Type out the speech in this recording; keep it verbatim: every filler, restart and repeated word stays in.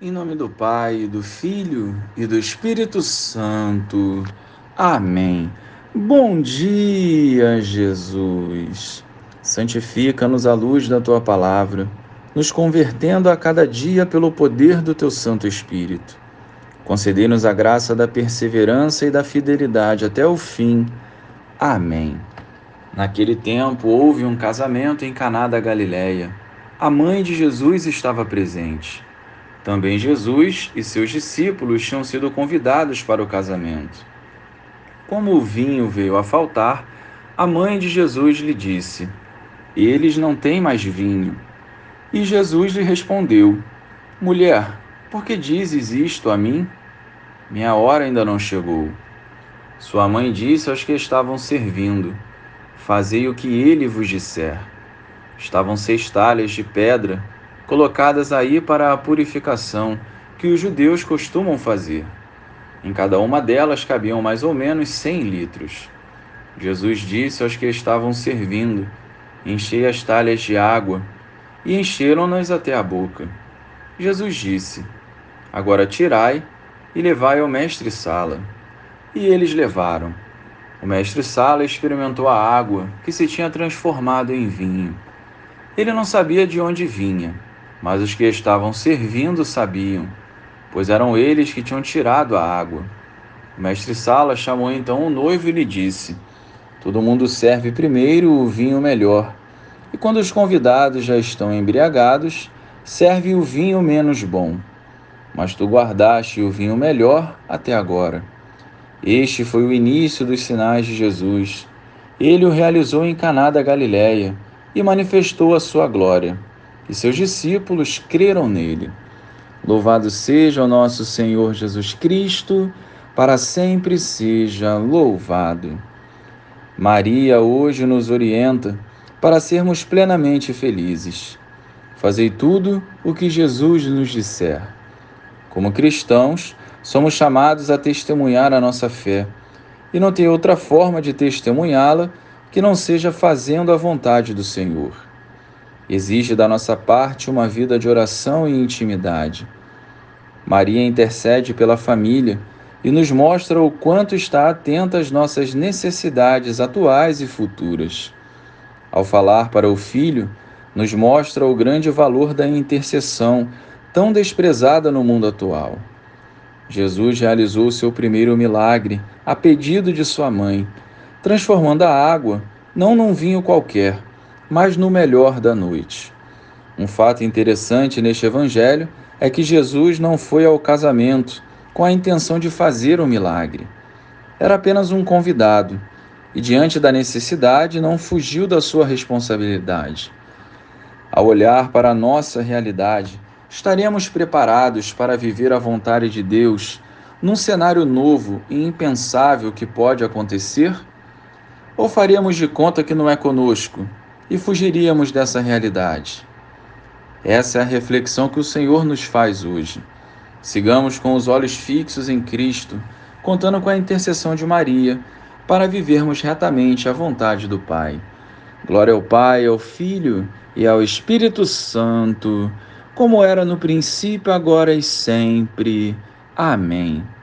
Em nome do Pai, do Filho e do Espírito Santo. Amém. Bom dia, Jesus. Santifica-nos à luz da Tua palavra, nos convertendo a cada dia pelo poder do Teu Santo Espírito. Concedei-nos a graça da perseverança e da fidelidade até o fim. Amém. Naquele tempo houve um casamento em Caná da Galileia. A mãe de Jesus estava presente. Também Jesus e seus discípulos tinham sido convidados para o casamento. Como o vinho veio a faltar, a mãe de Jesus lhe disse: "Eles não têm mais vinho." E Jesus lhe respondeu: "Mulher, por que dizes isto a mim? Minha hora ainda não chegou." Sua mãe disse aos que estavam servindo: "Fazei o que ele vos disser." Estavam seis talhas de pedra colocadas aí para a purificação, que os judeus costumam fazer. Em cada uma delas cabiam mais ou menos cem litros. Jesus disse aos que estavam servindo: "Enchei as talhas de água." E encheram-nas até a boca. Jesus disse: "Agora tirai e levai ao mestre-sala." E eles levaram. O mestre-sala experimentou a água, que se tinha transformado em vinho. Ele não sabia de onde vinha, mas os que estavam servindo sabiam, pois eram eles que tinham tirado a água. O mestre-sala chamou então o noivo e lhe disse: "Todo mundo serve primeiro o vinho melhor, e quando os convidados já estão embriagados, serve o vinho menos bom. Mas tu guardaste o vinho melhor até agora." Este foi o início dos sinais de Jesus. Ele o realizou em Caná da Galileia e manifestou a sua glória, e seus discípulos creram nele. Louvado seja o nosso Senhor Jesus Cristo, para sempre seja louvado. Maria hoje nos orienta para sermos plenamente felizes. Fazei tudo o que Jesus nos disser. Como cristãos, somos chamados a testemunhar a nossa fé, e não tem outra forma de testemunhá-la que não seja fazendo a vontade do Senhor. Exige da nossa parte uma vida de oração e intimidade. Maria intercede pela família e nos mostra o quanto está atenta às nossas necessidades atuais e futuras. Ao falar para o Filho, nos mostra o grande valor da intercessão, tão desprezada no mundo atual. Jesus realizou seu primeiro milagre a pedido de sua mãe, transformando a água não num vinho qualquer, mas no melhor da noite. Um fato interessante neste evangelho é que Jesus não foi ao casamento com a intenção de fazer o milagre. Era apenas um convidado e, diante da necessidade, não fugiu da sua responsabilidade. Ao olhar para a nossa realidade, estaremos preparados para viver a vontade de Deus num cenário novo e impensável que pode acontecer? Ou faríamos de conta que não é conosco e fugiríamos dessa realidade? Essa é a reflexão que o Senhor nos faz hoje. Sigamos com os olhos fixos em Cristo, contando com a intercessão de Maria, para vivermos retamente a vontade do Pai. Glória ao Pai, ao Filho e ao Espírito Santo, como era no princípio, agora e sempre. Amém.